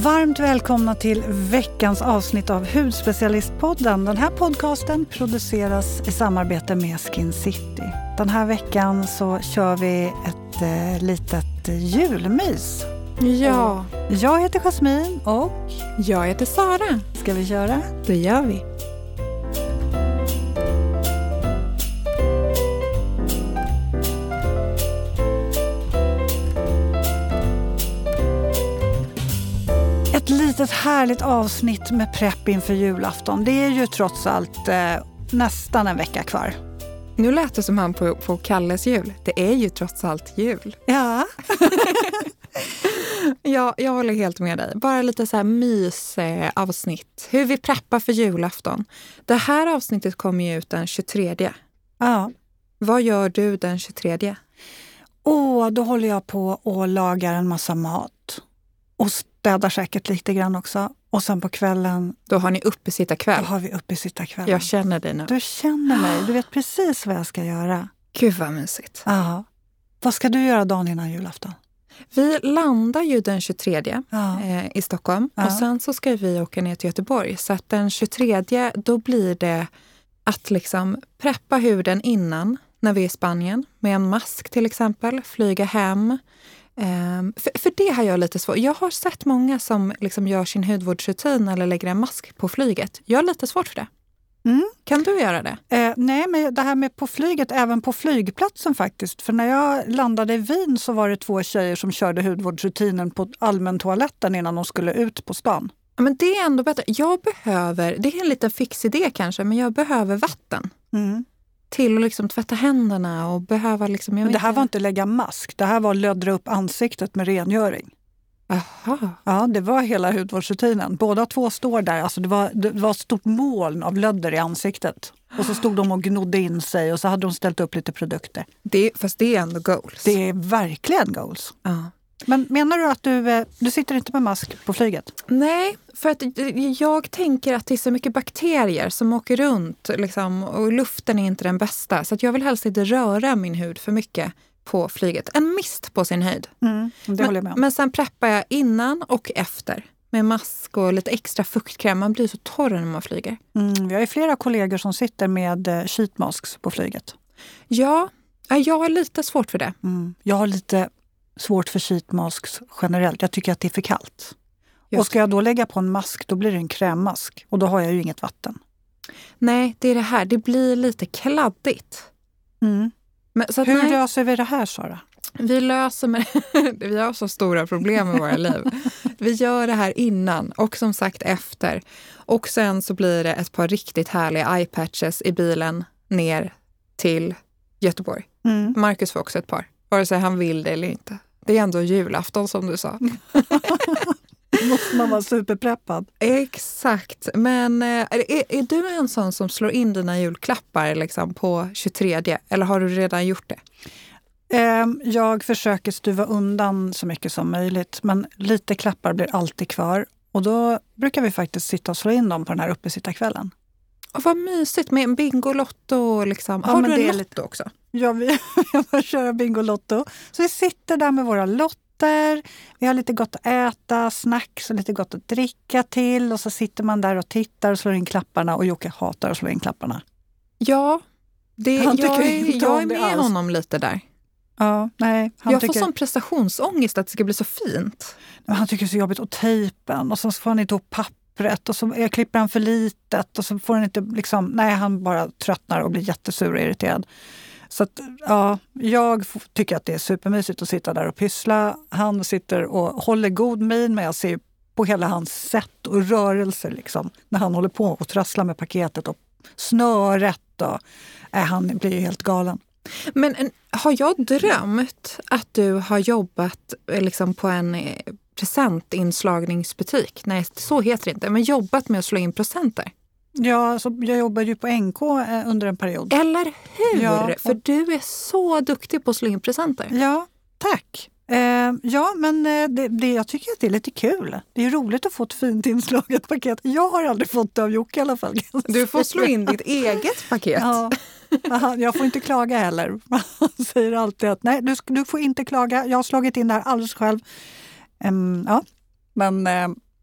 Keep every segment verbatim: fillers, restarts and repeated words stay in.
Varmt välkomna till veckans avsnitt av Hudspecialistpodden. Den här podcasten produceras i samarbete med Skin City. Den här veckan så kör vi ett eh, litet julmys. Ja. Jag heter Jasmin och jag heter Sara. Ska vi köra? Det gör vi. Ett litet härligt avsnitt med prepp inför julafton. Det är ju trots allt eh, nästan en vecka kvar. Nu lät det som han på, på Kalles jul. Det är ju trots allt jul. Ja. ja, jag håller helt med dig. Bara lite så här mys-avsnitt. Hur vi preppar för julafton. Det här avsnittet kommer ju ut den tjugotredje. Ja. Vad gör du den tjugotredje? Åh, då håller jag på och lagar en massa mat. Och städar säkert lite grann också. Och sen på kvällen... Då har ni uppesittarkväll. Då har vi uppesittarkväll. Jag känner dig nu. Du känner mig. Du vet precis vad jag ska göra. Gud vad mysigt. Ja. Vad ska du göra dagen innan julafton? Vi landar ju den tjugotredje ja. eh, i Stockholm. Ja. Och sen så ska vi åka ner till Göteborg. Så att den tjugotredje, då blir det att liksom preppa huden innan när vi är i Spanien. Med en mask till exempel. Flyga hem. Um, för, för det har jag lite svårt. Jag har sett många som liksom gör sin hudvårdsrutin eller lägger en mask på flyget. Jag har lite svårt för det. Mm. Kan du göra det? Eh, nej, men det här med på flyget, även på flygplatsen faktiskt. För när jag landade i Wien så var det två tjejer som körde hudvårdsrutinen på allmän toaletten innan de skulle ut på stan. Ja, men det är ändå bättre. Jag behöver, det är en liten fix idé kanske, men jag behöver vatten. Mm. Till att liksom tvätta händerna och behöva liksom... Jag men det vet här inte. var inte lägga mask. Det här var löddra upp ansiktet med rengöring. Aha. Ja, det var hela hudvårdsrutinen. Båda två står där. Alltså det, var, det var ett stort moln av lödder i ansiktet. Och så stod de och gnodde in sig och så hade de ställt upp lite produkter. Det, fast det är ändå goals. Det är verkligen goals. Ja. Men menar du att du, du sitter inte med mask på flyget? Nej, för att jag tänker att det är så mycket bakterier som åker runt liksom, och luften är inte den bästa. Så att jag vill helst inte röra min hud för mycket på flyget. En mist på sin höjd. Mm, det men, håller jag med om. Men sen preppar jag innan och efter med mask och lite extra fuktkräm. Man blir så torr när man flyger. Mm, vi har ju flera kollegor som sitter med sheet masks på flyget. Ja, jag har lite svårt för det. Mm, jag har lite... svårt för sheet masks generellt. Jag tycker att det är för kallt. Just. Och ska jag då lägga på en mask, då blir det en krämmask. Och då har jag ju inget vatten. Nej, det är det här. Det blir lite kladdigt. Mm. Men, så att, Hur nej, löser vi det här, Sara? Vi löser med vi har så stora problem i våra liv. Vi gör det här innan och som sagt efter. Och sen så blir det ett par riktigt härliga eyepatches i bilen ner till Göteborg. Mm. Marcus får också ett par. Vare sig han vill det eller inte. Det är ändå julafton som du sa. Måste man vara superpreppad. Exakt. Men är, är du en sån som slår in dina julklappar liksom på tjugotredje? Eller har du redan gjort det? Jag försöker stuva undan så mycket som möjligt. Men lite klappar blir alltid kvar. Och då brukar vi faktiskt sitta och slå in dem på den här uppesittarkvällen. Och vad mysigt med en bingolotto. Liksom. Ja, har men du en det är lotto lite... också? Ja, vi har köra bingolotto. Så vi sitter där med våra lotter. Vi har lite gott att äta, snacks och lite gott att dricka till. Och så sitter man där och tittar och slår in klapparna. Och Jocke hatar att slå in klapparna. Ja, det, Han jag, är, inte jag är om det med alls. honom lite där. Ja, nej. Han jag tycker, får sån prestationsångest att det ska bli så fint. han tycker det är så jobbigt. Och tejpen. Och så får han inte ihop pappret. Och så klipper han för litet. Och så får han inte liksom... Nej, han bara tröttnar och blir jättesur och irriterad. Så att, ja, jag tycker att det är supermysigt att sitta där och pyssla. Han sitter och håller god min, men jag ser på hela hans sätt och rörelser liksom, när han håller på och trasslar med paketet och snöret. Och, äh, han blir ju helt galen. Men en, har jag drömt att du har jobbat liksom, på en presentinslagningsbutik? Nej, så heter det inte. Men jobbat med att slå in presenter. Ja, alltså, jag jobbade ju på N K eh, under en period. Eller hur? Ja, och... För du är så duktig på att slå in presenter. Ja, tack. Eh, ja, men eh, det, det, jag tycker att det är lite kul. Det är roligt att få ett fint inslaget paket. Jag har aldrig fått det av Jocke i alla fall. Du får slå in ditt eget paket. Ja. Aha, jag får inte klaga heller. Han säger alltid att nej, du, du får inte klaga. Jag har slagit in det här alldeles själv. Um, ja, men... Uh,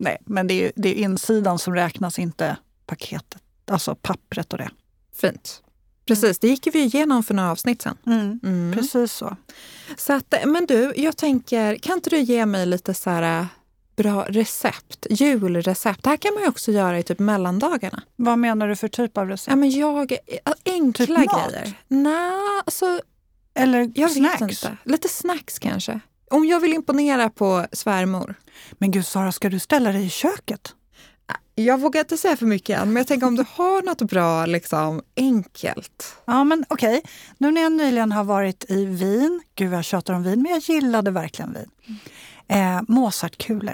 Nej, men det är, det är insidan som räknas, inte paketet. Alltså pappret och det. Fint. Precis, det gick vi igenom för några avsnitt sen. Mm, mm. Precis så. Så att, men du, jag tänker, kan inte du ge mig lite så här bra recept, julrecept? Det här kan man ju också göra i typ mellandagarna. Vad menar du för typ av recept? Ja, men jag, enkla typ grejer. Nej, alltså... Eller jag snacks? Vet inte. Lite snacks kanske. Om jag vill imponera på svärmor. Men gud Sara, ska du ställa dig i köket? Jag vågar inte säga för mycket än, men jag tänker om du har något bra, liksom, enkelt. Ja, men okej. Okay. Nu när jag nyligen har varit i Wien, gud jag tjatar om vin, men jag gillade verkligen vin. Eh, Mozartkulor.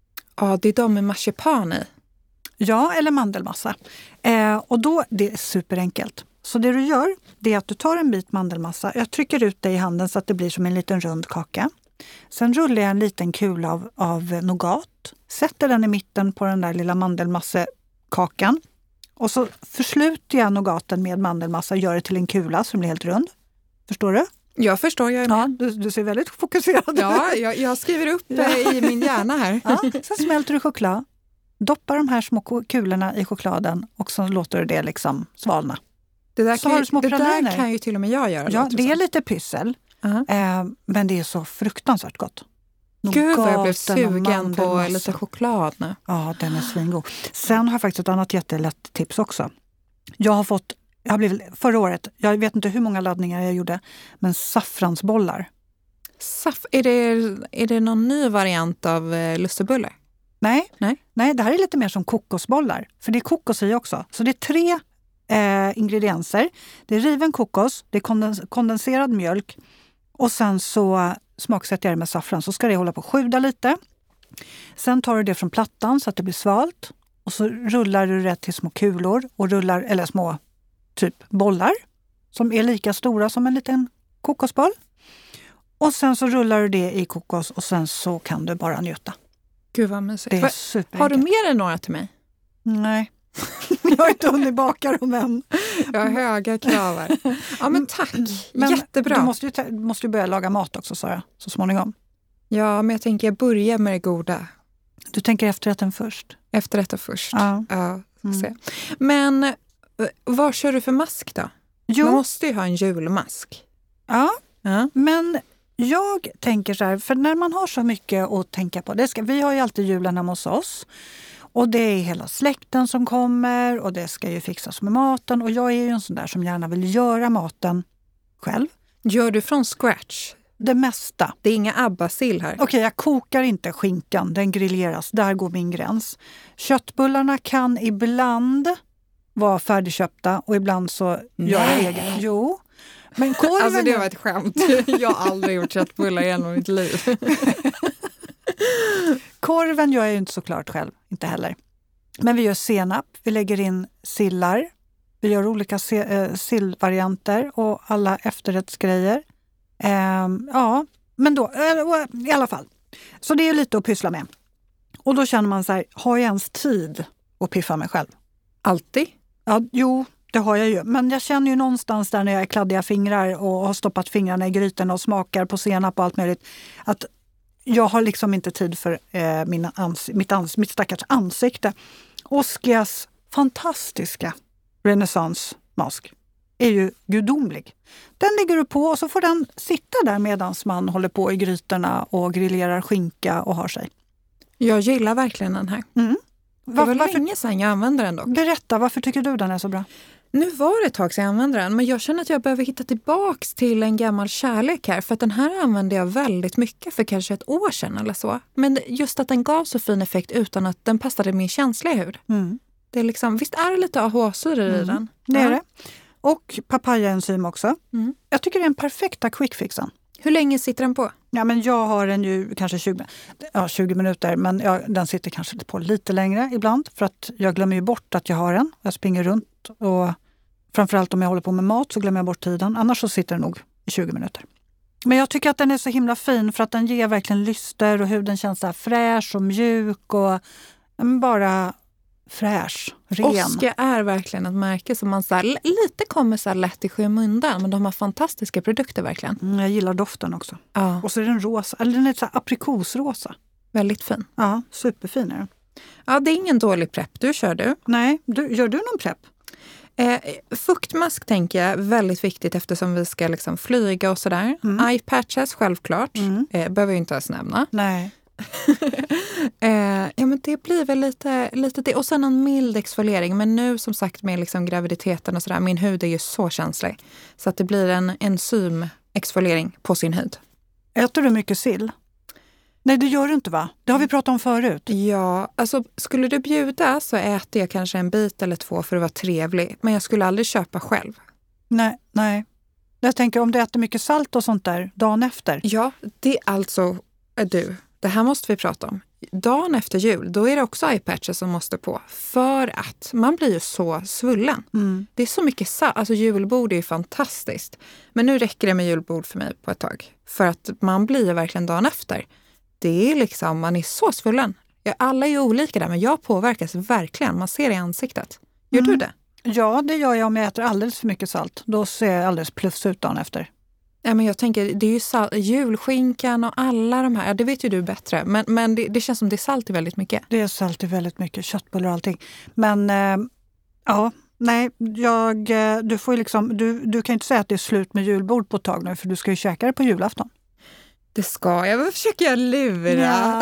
Ja, det är de med marsipan i. Ja, eller mandelmassa. Eh, och då, det är superenkelt. Så det du gör, det är att du tar en bit mandelmassa. Jag trycker ut det i handen så att det blir som en liten rund kaka. Sen rullar jag en liten kula av, av nougat. Sätter den i mitten på den där lilla mandelmassekakan. Och så försluter jag nougaten med mandelmassa och gör det till en kula som blir helt rund. Förstår du? Jag förstår, jag är med. Ja, du, du ser väldigt fokuserad ut. Ja, jag, jag skriver upp ja. i min hjärna här. Ja, sen smälter du choklad. Doppar de här små kulorna i chokladen och så låter du det liksom svalna. Det där, så kan, har du små det praliner. där kan ju till och med jag göra. Ja, det är lite pyssel. Uh-huh. Eh, men det är så fruktansvärt gott. Gud vad jag blev sugen på lite choklad nu. Ja, den är svingod. Sen har jag faktiskt ett annat jättelätt tips också. Jag har fått, jag har blivit, förra året, jag vet inte hur många laddningar jag gjorde, men saffransbollar. Saff, är, det, är det någon ny variant av eh, lussebullar? Nej, Nej. Nej, det här är lite mer som kokosbollar. För det är kokos i också. Så det är tre eh, ingredienser. Det är riven kokos, det är kondens- kondenserad mjölk och sen så smaksätter jag det med saffran. Så ska det hålla på att sjuda lite. Sen tar du det från plattan så att det blir svalt. Och så rullar du det till små kulor och rullar, eller små typ bollar som är lika stora som en liten kokosboll. Och sen så rullar du det i kokos och sen så kan du bara njuta. Gud vad mysigt. Det är superenkelt. Har du mer än några till mig? Nej. Jag har inte hunnit baka dem än. Jag har höga krav här. Ja men tack, men jättebra. Du måste ju, ta, måste ju börja laga mat också, Sara, så småningom. Ja, men jag tänker jag börjar med det goda. Du tänker efterrätten först? Efterrätten först, ja. ja mm. se. Men vad kör du för mask då? Jo. Man måste ju ha en julmask. Ja, ja. Men jag tänker så här, för när man har så mycket att tänka på. Det ska, vi har ju alltid julen hemma hos oss. Och det är hela släkten som kommer och det ska ju fixas med maten. Och jag är ju en sån där som gärna vill göra maten själv. Gör du från scratch? Det mesta. Det är inga abbasill här. Okej, okay, jag kokar inte skinkan. Den grilleras. Där går min gräns. Köttbullarna kan ibland vara färdigköpta och ibland så Nej. gör jag egen. Jo. Men korven... Alltså det var ett skämt. Jag har aldrig gjort köttbullar genom mitt liv. Korven gör jag ju inte såklart själv, inte heller. Men vi gör senap, vi lägger in sillar. Vi gör olika se- äh, sillvarianter och alla efterrättsgrejer. Ähm, ja, men då, äh, i alla fall. Så det är lite att pyssla med. Och då känner man så här, har jag ens tid att piffa mig själv? Alltid? Ja, jo, det har jag ju. Men jag känner ju någonstans där när jag är kladdiga fingrar och har stoppat fingrarna i grytan och smakar på senap och allt möjligt, att jag har liksom inte tid för eh, mina ans- mitt, ans- mitt stackars ansikte. Oskias fantastiska renässansmask är ju gudomlig. Den ligger du på och så får den sitta där medan man håller på i grytorna och grillerar skinka och har sig. Jag gillar verkligen den här. Mm. Var, det var varför, länge sedan jag använde den dock. Berätta, varför tycker du den är så bra? Nu var det ett tag sedan jag använde den, men jag känner att jag behöver hitta tillbaks till en gammal kärlek här. För att den här använde jag väldigt mycket för kanske ett år sedan eller så. Men just att den gav så fin effekt utan att den passade min känsliga hud. Mm. Det är liksom, visst är det lite A H A-syre i mm. den? Det är ja. det. Och papayaenzym också. Mm. Jag tycker det är en perfekta quickfixen. Hur länge sitter den på? Ja, men jag har den ju kanske tjugo, ja, tjugo minuter, men jag, den sitter kanske på lite längre ibland. För att jag glömmer ju bort att jag har den. Jag springer runt och framförallt om jag håller på med mat så glömmer jag bort tiden. Annars så sitter den nog i tjugo minuter. Men jag tycker att den är så himla fin för att den ger verkligen lyster och huden känns så här fräsch och mjuk och bara fräsch, ren. Oscar är verkligen ett märke som man så här, lite kommer så här lätt i skymundan, men de har fantastiska produkter verkligen. Mm, jag gillar doften också. Ja. Och så är den rosa, eller den är så här aprikosrosa. Väldigt fin. Ja, superfin är den. Ja, det är ingen dålig prepp. Du kör du. Nej, du, gör du någon prepp? Eh, fuktmask tänker jag väldigt viktigt eftersom vi ska liksom flyga och sådär. Mm. Eye patches, självklart. Mm. Eh, behöver jag inte ens nämna. Nej. eh, ja, men det blir väl lite, lite det. Och sen en mild exfoliering. Men nu som sagt med liksom graviditeten och sådär. Min hud är ju så känslig. Så att det blir en enzymexfoliering på sin hud. Äter du mycket sill? Nej, det gör du inte va? Det har vi pratat om förut. Ja, alltså skulle du bjuda så äter jag kanske en bit eller två för att vara trevlig. Men jag skulle aldrig köpa själv. Nej, nej. Jag tänker om du äter mycket salt och sånt där dagen efter. Ja, det är alltså du. Det här måste vi prata om. Dagen efter jul, då är det också eye patches som måste på. För att man blir ju så svullen. Mm. Det är så mycket salt. Alltså julbord är ju fantastiskt. Men nu räcker det med julbord för mig på ett tag. För att man blir verkligen dagen efter. Det är liksom, man är så svullen. Ja, alla är ju olika där, men jag påverkas verkligen. Man ser det i ansiktet. Gör mm. du det? Ja, det gör jag om jag äter alldeles för mycket salt. Då ser jag alldeles plus ut dagen efter. Ja, men jag tänker, det är ju salt, julskinkan och alla de här. Ja, det vet ju du bättre. Men, men det, det känns som det är salt i väldigt mycket. Det är salt i väldigt mycket, köttbullar och allting. Men äh, ja, nej, jag, du får ju liksom, du, du kan ju inte säga att det är slut med julbord på ett tag nu. För du ska ju käka det på julafton. Det ska jag. Vad försöker jag lura? Ja.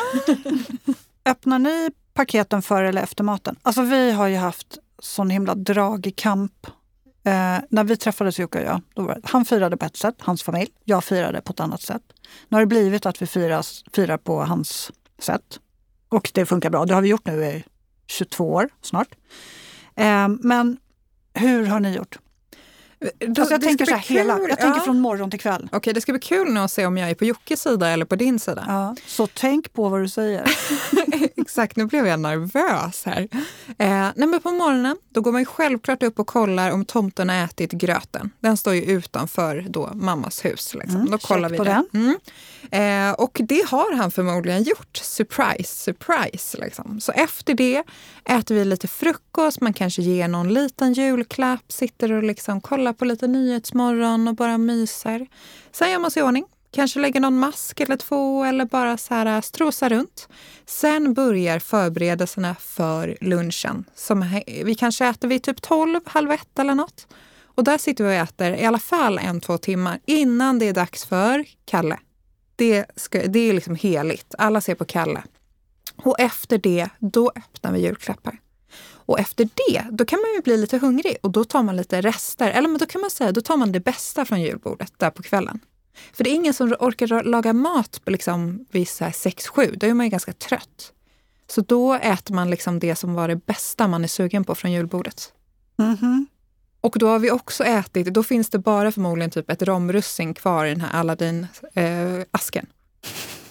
Öppnar ni paketen före eller efter maten? Alltså vi har ju haft sån himla drag i kamp. Eh, när vi träffades Jocke och jag, då var det, han firade på ett sätt, hans familj. Jag firade på ett annat sätt. Nu har det blivit att vi firas, firar på hans sätt. Och det funkar bra. Det har vi gjort nu i tjugotvå år snart. Eh, men hur har ni gjort? Då, alltså jag tänker så här hela, jag tänker ja. från morgon till kväll. Okej, det ska bli kul nu att se om jag är på Jockes sida eller på din sida. Ja, så tänk på vad du säger. Exakt, nu blev jag nervös här. Eh, nej men på morgonen, då går man ju självklart upp och kollar om tomten har ätit gröten. Den står ju utanför då mammas hus. Liksom. Mm, då kollar vi på det. Den. Mm. Eh, och det har han förmodligen gjort. Surprise, surprise. Liksom. Så efter det äter vi lite frukost. Man kanske ger någon liten julklapp. Sitter och liksom kollar på lite nyhetsmorgon och bara myser. Sen gör man sig i ordning. Kanske lägger någon mask eller två eller bara så här strosar runt. Sen börjar förberedelserna för lunchen. Som vi kanske äter vid typ tolv, halv ett eller något. Och där sitter vi och äter i alla fall en, två timmar innan det är dags för Kalle. Det, ska, det är liksom heligt. Alla ser på Kalle. Och efter det, då öppnar vi julklappar. Och efter det, då kan man ju bli lite hungrig. Och då tar man lite rester. Eller men då kan man säga, då tar man det bästa från julbordet där på kvällen. För det är ingen som orkar laga mat på liksom vid sex sju. Då är man ju ganska trött. Så då äter man liksom det som var det bästa man är sugen på från julbordet. Mm-hmm. Och då har vi också ätit, då finns det bara förmodligen typ ett romrussin kvar i den här Aladdin-asken. Eh,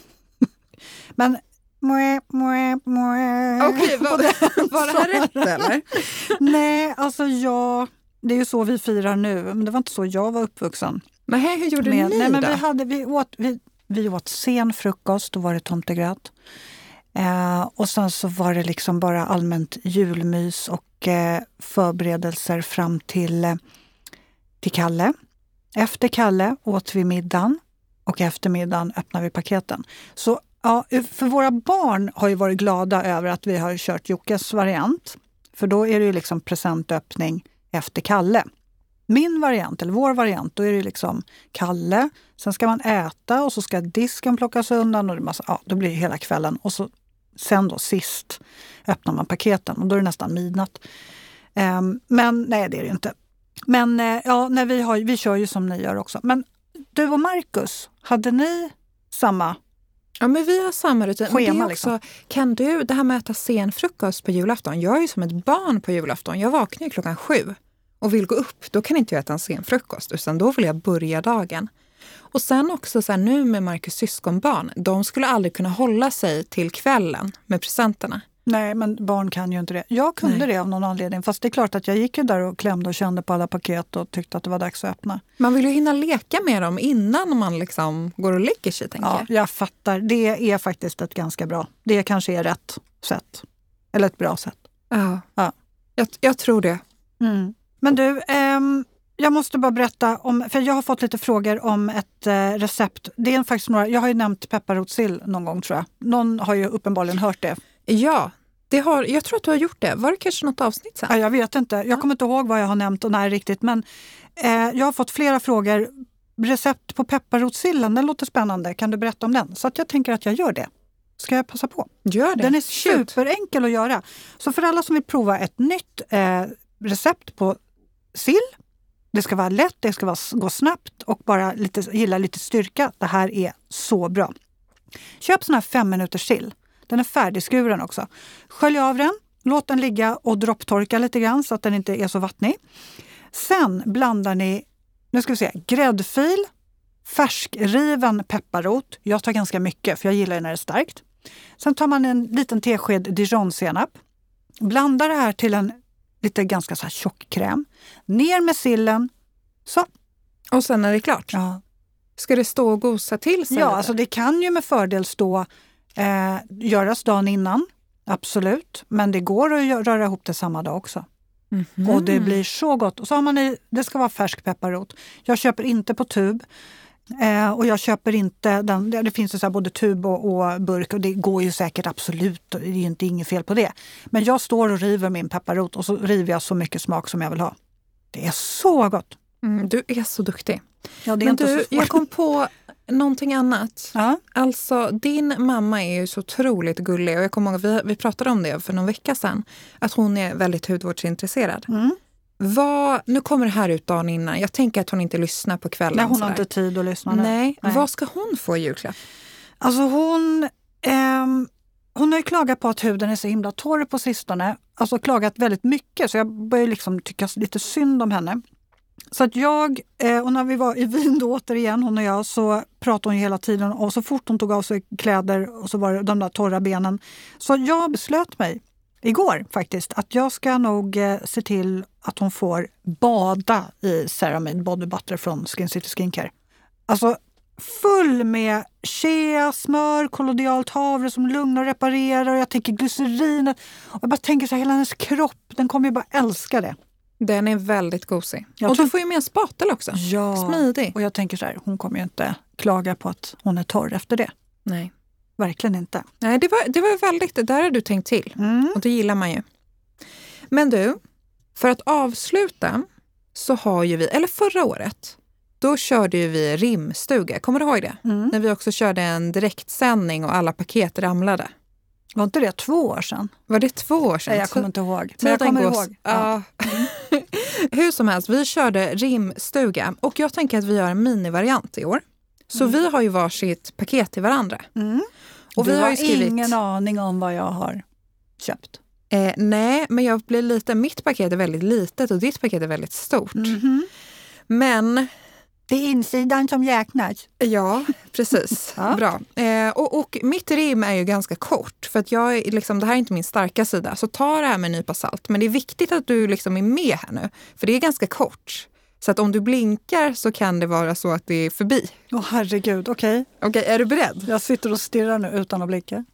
Men Mwah, mwah, mwah. Okej, var, var det här rätt eller? Nej, alltså jag... Det är ju så vi firar nu, men det var inte så jag var uppvuxen. Men hej, hur gjorde med, ni nej, då? Men vi, hade, vi, åt, vi, vi åt sen frukost, då var det tomtegröt. Eh, och sen så var det liksom bara allmänt julmys och eh, förberedelser fram till, eh, till Kalle. Efter Kalle åt vi middagen och efter middagen öppnade vi paketen. Så ja, för våra barn har ju varit glada över att vi har kört Jockes variant. För då är det ju liksom presentöppning efter Kalle. Min variant, eller vår variant, då är det liksom Kalle. Sen ska man äta och så ska disken plockas undan. Och det massa, ja, då blir det hela kvällen. Och så, sen då sist öppnar man paketen och då är det nästan midnatt. Um, men nej, det är det inte. Men uh, ja, nej, vi, har, vi kör ju som ni gör också. Men du och Marcus, hade ni samma? Ja, men vi har samma rutin. Schema, men det är också, liksom. Kan du, det här med att äta sen frukost på julafton. Jag är ju som ett barn på julafton. Jag vaknar ju klockan sju och vill gå upp. Då kan inte jag äta en sen frukost, utan då vill jag börja dagen. Och sen också så här, nu med Marcus syskonbarn. De skulle aldrig kunna hålla sig till kvällen med presenterna. Nej, men barn kan ju inte det. Jag kunde Nej. det av någon anledning. Fast det är klart att jag gick ju där och klämde och kände på alla paket och tyckte att det var dags att öppna. Man vill ju hinna leka med dem innan man liksom går och lägger sig, tänker ja, jag. Ja, jag fattar. Det är faktiskt ett ganska bra. Det kanske är rätt sätt. Eller ett bra sätt. Ja, ja. Jag, jag tror det. Mm. Men du, ehm, jag måste bara berätta om, för jag har fått lite frågor om ett eh, recept. Det är faktiskt några, jag har ju nämnt pepparrotssill någon gång tror jag. Någon har ju uppenbarligen hört det. Ja, det har, jag tror att du har gjort det. Var det kanske något avsnitt sen? Ja, jag vet inte. Jag kommer inte ihåg vad jag har nämnt och när riktigt. Men eh, jag har fått flera frågor. Recept på pepparrotssillen, den låter spännande. Kan du berätta om den? Så att jag tänker att jag gör det. Ska jag passa på? Gör det. Den är Shoot. superenkel att göra. Så för alla som vill prova ett nytt eh, recept på sill. Det ska vara lätt, det ska vara, gå snabbt och bara lite, gilla lite styrka. Det här är så bra. Köp sån här fem minuters sill. Den är färdigskuren också. Skölj av den, låt den ligga och dropptorka lite grann så att den inte är så vattnig. Sen blandar ni, nu ska vi se, gräddfil, färskriven pepparrot. Jag tar ganska mycket för jag gillar det när det är starkt. Sen tar man en liten tesked dijonsenap. Blandar det här till en lite ganska så här tjock kräm. Ner med sillen. Så. Och sen är det klart. Ja, Ska det stå och gosa till sig? ja lite? alltså det kan ju med fördel stå eh, göras dagen innan. Absolut. Men det går att gö- röra ihop det samma dag också. Mhm. Och det blir så gott. Och så har man i, det ska vara färsk pepparrot. Jag köper inte på tub. Eh, och jag köper inte, den, det finns ju så här både tub och, och burk och det går ju säkert absolut, det är ju inte inget fel på det. Men jag står och river min pepparrot och så river jag så mycket smak som jag vill ha. Det är så gott. Mm, du är så duktig. Ja, det är Men inte du, så svårt. jag kom på någonting annat. Ja. Alltså, din mamma är ju så otroligt gullig och jag kommer ihåg, vi, vi pratade om det för någon vecka sedan, att hon är väldigt hudvårdsintresserad. Mm. Vad, nu kommer det här ut dagen innan. Jag tänker att hon inte lyssnar på kvällen. Nej, hon har sådär. inte tid att lyssna nu. Nej. Nej. Vad ska hon få i julklapp? Alltså hon, ehm, hon har ju klagat på att huden är så himla torr på sistone. Alltså klagat väldigt mycket så jag börjar liksom tycka lite synd om henne. Så att jag, eh, och när vi var i Wien då återigen, hon och jag, så pratade hon ju hela tiden. Och så fort hon tog av sig kläder och så var det de där torra benen. Så jag beslöt mig igår faktiskt att jag ska nog eh, se till att hon får bada i Ceramide Body Butter från Skin City Skincare. Alltså full med shea, smör, kollodialt havre som lugnar och reparerar. Och jag tänker glycerin. Och jag bara tänker så här, hela hennes kropp, den kommer ju bara älska det. Den är väldigt gosig. Jag och tror- du får ju med en spatel också. Ja, Smidig. och jag tänker så här, hon kommer ju inte klaga på att hon är torr efter det. Nej. Verkligen inte. Nej, det var, det var väldigt, där har du tänkt till. Mm. Och det gillar man ju. Men du, för att avsluta så har ju vi, eller förra året, då körde ju vi rimstuga. Kommer du ihåg det? Mm. När vi också körde en direktsändning och alla paket ramlade. Var inte det två år sedan? Var det två år sedan? Nej, jag kommer inte ihåg. Men jag Tiden kommer går- ihåg. Ja. Ja. Hur som helst, vi körde rimstuga och jag tänker att vi gör en minivariant i år. Så Mm. vi har ju varsitt paket till varandra. Mm. Och Du vi har har ju skrivit... ingen aning om vad jag har köpt. Eh, nej, men jag blir lite... Mitt paket är väldigt litet och ditt paket är väldigt stort. Mhm. Men... Det är insidan som räknas. Ja, precis. Ja. Bra. Eh, och, och mitt rim är ju ganska kort. För att jag är liksom, det här är inte min starka sida. Så ta det här med en nypa salt. Men det är viktigt att du liksom är med här nu. För det är ganska kort. Så att om du blinkar så kan det vara så att det är förbi. Åh herregud, okej. Okej, är du beredd? Jag sitter och stirrar nu utan att blicka.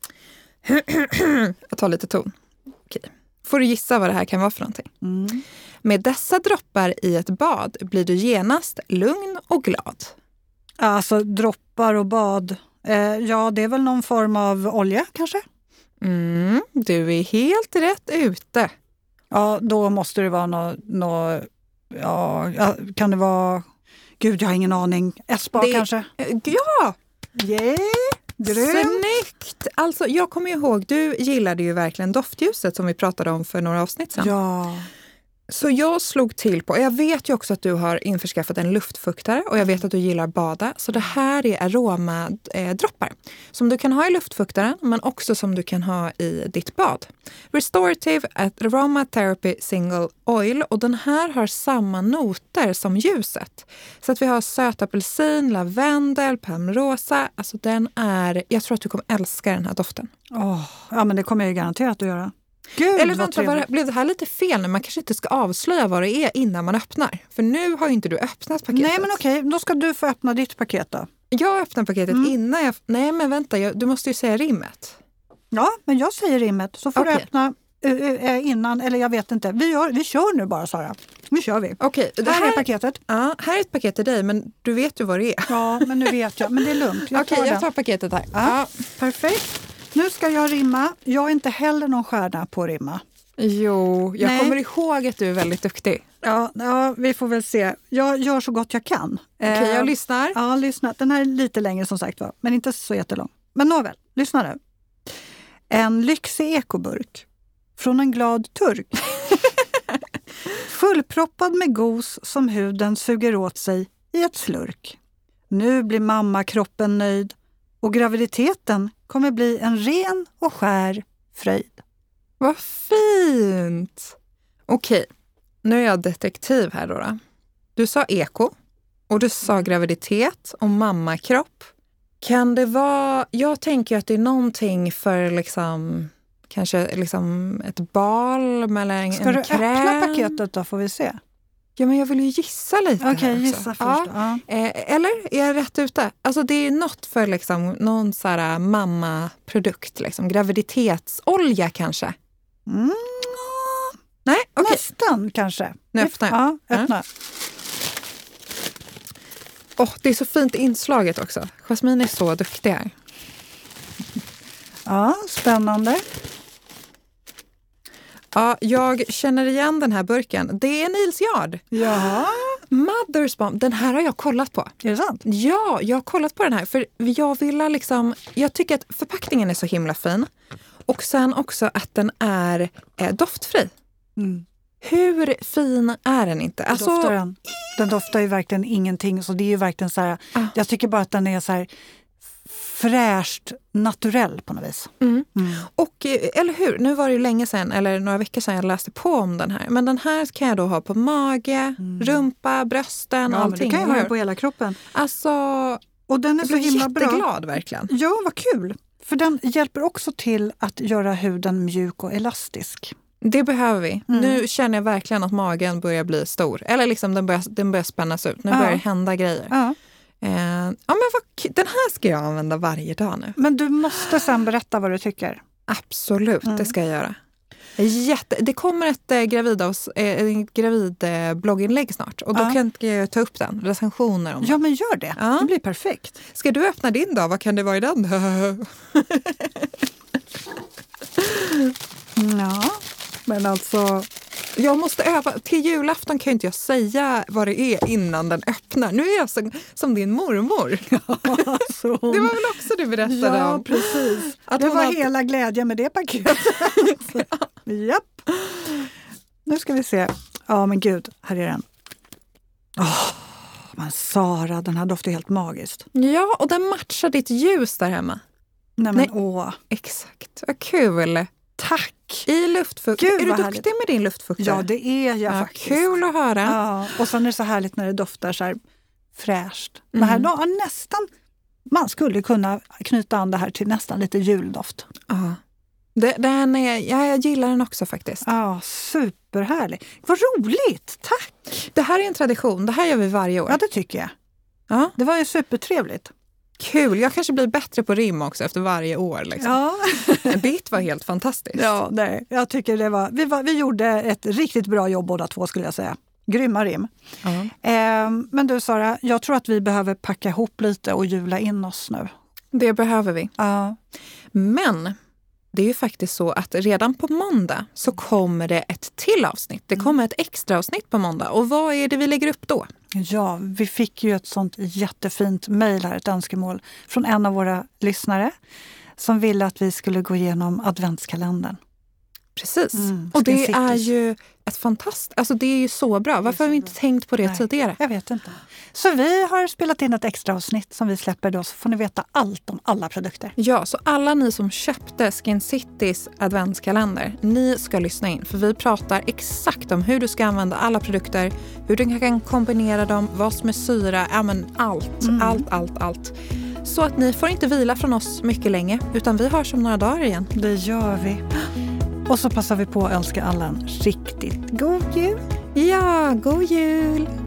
Jag tar lite ton. Okej. Får du gissa vad det här kan vara för någonting? Mm. Med dessa droppar i ett bad blir du genast lugn och glad. Alltså droppar och bad. Eh, ja, det är väl någon form av olja kanske? Mm, du är helt rätt ute. Ja, då måste det vara något... Nå, ja, ja, kan det vara... Gud, jag har ingen aning. S-bar Det- kanske? Ja! Yeah! Grymt! Snyggt! Alltså, jag kommer ihåg, du gillade ju verkligen doftljuset som vi pratade om för några avsnitt sedan. Ja. Så jag slog till på, jag vet ju också att du har införskaffat en luftfuktare och jag vet att du gillar bada. Så det här är aromadroppar som du kan ha i luftfuktaren men också som du kan ha i ditt bad. Restorative Aromatherapy Single Oil och den här har samma noter som ljuset. Så att vi har söt apelsin, lavendel, palmrosa. Alltså den är, jag tror att du kommer älska den här doften. Oh, ja, men det kommer jag ju garanterat att göra. Gud, Eller vad vänta, var det, trevligt. blev det här lite fel? Man kanske inte ska avslöja vad det är innan man öppnar. För nu har ju inte du öppnat paketet. Nej, men okej. Då ska du få öppna ditt paket då. Jag öppnar paketet Mm. innan jag... Nej, men vänta. Jag, du måste ju säga rimmet. Ja, men jag säger rimmet. Så får Okej. du öppna uh, uh, innan, eller jag vet inte. Vi, gör, vi kör nu bara, Sara. Nu kör vi. Okej, det Här här, är paketet. ja, här är ett paket till dig, men du vet ju vad det är. Ja, men nu vet jag. Men det är lugnt. Jag Okej, tar jag det. tar paketet här. Ja. Perfekt. Nu ska jag rimma. Jag är inte heller någon stjärna på att rimma. Jo, jag Nej. kommer ihåg att du är väldigt duktig. Ja, ja, vi får väl se. Jag gör så gott jag kan. Okej, okay, jag eh, lyssnar. Ja, lyssna. Den här är lite längre som sagt var, men inte så jättelång. Men nåväl, lyssna nu. En lyxig ekoburk från en glad turk. Fullproppad med gos som huden suger åt sig i ett slurk. Nu blir mamma kroppen nöjd och graviditeten kommer bli en ren och skär fröjd. Vad fint! Okej, nu är jag detektiv här då, då. Du sa eko och du sa graviditet och mammakropp. Kan det vara... Jag tänker att det är någonting för liksom... Kanske liksom ett balm eller en, Ska en du kräm. öppna paketet då får vi se. Ja, men jag vill ju gissa lite. Okej, okay, här gissa också. först. Ja. Ja. Eh, eller är jag rätt ute? Alltså det är något för liksom någon så här mammaprodukt. Liksom. Graviditetsolja kanske. Mm. Nej, okej. Okay. Nästan kanske. Nu öppnar jag. Ja, öppna. Ja. Oh, det är så fint inslaget också. Jasmine är så duktig här. Ja, spännande. Ja, jag känner igen den här burken. Det är Nils Yard. Ja. Mother's Balm. Den här har jag kollat på. Är det sant? Ja, jag har kollat på den här. För jag vill liksom... Jag tycker att förpackningen är så himla fin. Och sen också att den är eh, doftfri. Mm. Hur fin är den inte? Alltså, Doftar den? Den doftar ju verkligen ingenting. Så det är ju verkligen så här... Ah. Jag tycker bara att den är så här... fräscht, naturell på något vis. Mm. Mm. Och, eller hur, nu var det ju länge sedan, eller några veckor sedan jag läste på om den här. Men den här kan jag då ha på mage, mm. rumpa, brösten, ja, allting. Men det kan jag ha på hela kroppen. Alltså, och den är så himla bra. Jag blir jätteglad verkligen. Ja, vad kul. För den hjälper också till att göra huden mjuk och elastisk. Det behöver vi. Mm. Nu känner jag verkligen att magen börjar bli stor. Eller liksom den börjar, den börjar spännas ut. Nu ja. börjar det hända grejer. Ja. Eh, ja, men vad, den här ska jag använda varje dag nu. Men du måste sen berätta vad du tycker. Absolut, mm. det ska jag göra. Jätte, det kommer ett eh, gravid, eh, gravid eh, blogginlägg snart. Och då ja. kan jag ta upp den, recensioner om Ja, men gör det. Ja. Det blir perfekt. Ska du öppna din då? Vad kan det vara i den? Ja, men alltså... Jag måste öva. Till julafton kan inte jag säga vad det är innan den öppnar. Nu är jag som, som din mormor. Ja, alltså hon... Det var väl också du berättade ja, om? Ja, precis. Att det hon var hade... hela glädjen med det paketet. Ja. Japp. Nu ska vi se. Ja, men gud, här är den. Åh, men Sara, den här doftar helt magiskt. Ja, och den matchar ditt ljus där hemma. Nej, men Nej. åh. Exakt, vad kul. Tack. I luftfukt. Är du duktig härligt. med din luftfuktare? Ja, det är jag ja, faktiskt. Kul att höra. Ja, och sen är det så härligt när det doftar så här fräscht. Mm. Men här ja, nästan, man skulle kunna knyta an det här till nästan lite juldoft. Ja, det, den är, ja, jag gillar den också faktiskt. Ja, superhärlig. Vad roligt, tack! Det här är en tradition, det här gör vi varje år. Ja, det tycker jag. Ja. Det var ju supertrevligt. Kul, jag kanske blir bättre på rim också efter varje år. Liksom. Ja. Ditt var helt fantastiskt. Ja, nej, jag tycker det var vi, var... vi gjorde ett riktigt bra jobb båda två skulle jag säga. Grymma rim. Uh-huh. Eh, men du Sara, jag tror att vi behöver packa ihop lite och jula in oss nu. Det behöver vi. Ja. Men det är ju faktiskt så att redan på måndag så kommer det ett till avsnitt. Det kommer ett extra avsnitt på måndag. Och vad är det vi lägger upp då? Ja, vi fick ju ett sånt jättefint mejl här, ett önskemål från en av våra lyssnare som ville att vi skulle gå igenom adventskalendern. Precis. Mm, och det är ju ett fantastiskt, alltså det är ju så bra. Varför har vi inte tänkt på det Nej, tidigare? Jag vet inte. Så vi har spelat in ett extra avsnitt som vi släpper då, så får ni veta allt om alla produkter. Ja, så alla ni som köpte Skin Citys adventskalender, ni ska lyssna in. För vi pratar exakt om hur du ska använda alla produkter, hur du kan kombinera dem, vad som är syra, ja men allt, mm. allt, allt, allt. Så att ni får inte vila från oss mycket länge, utan vi hörs om några dagar igen. Det gör vi. Och så passar vi på att önska alla en riktigt god jul. Ja, god jul!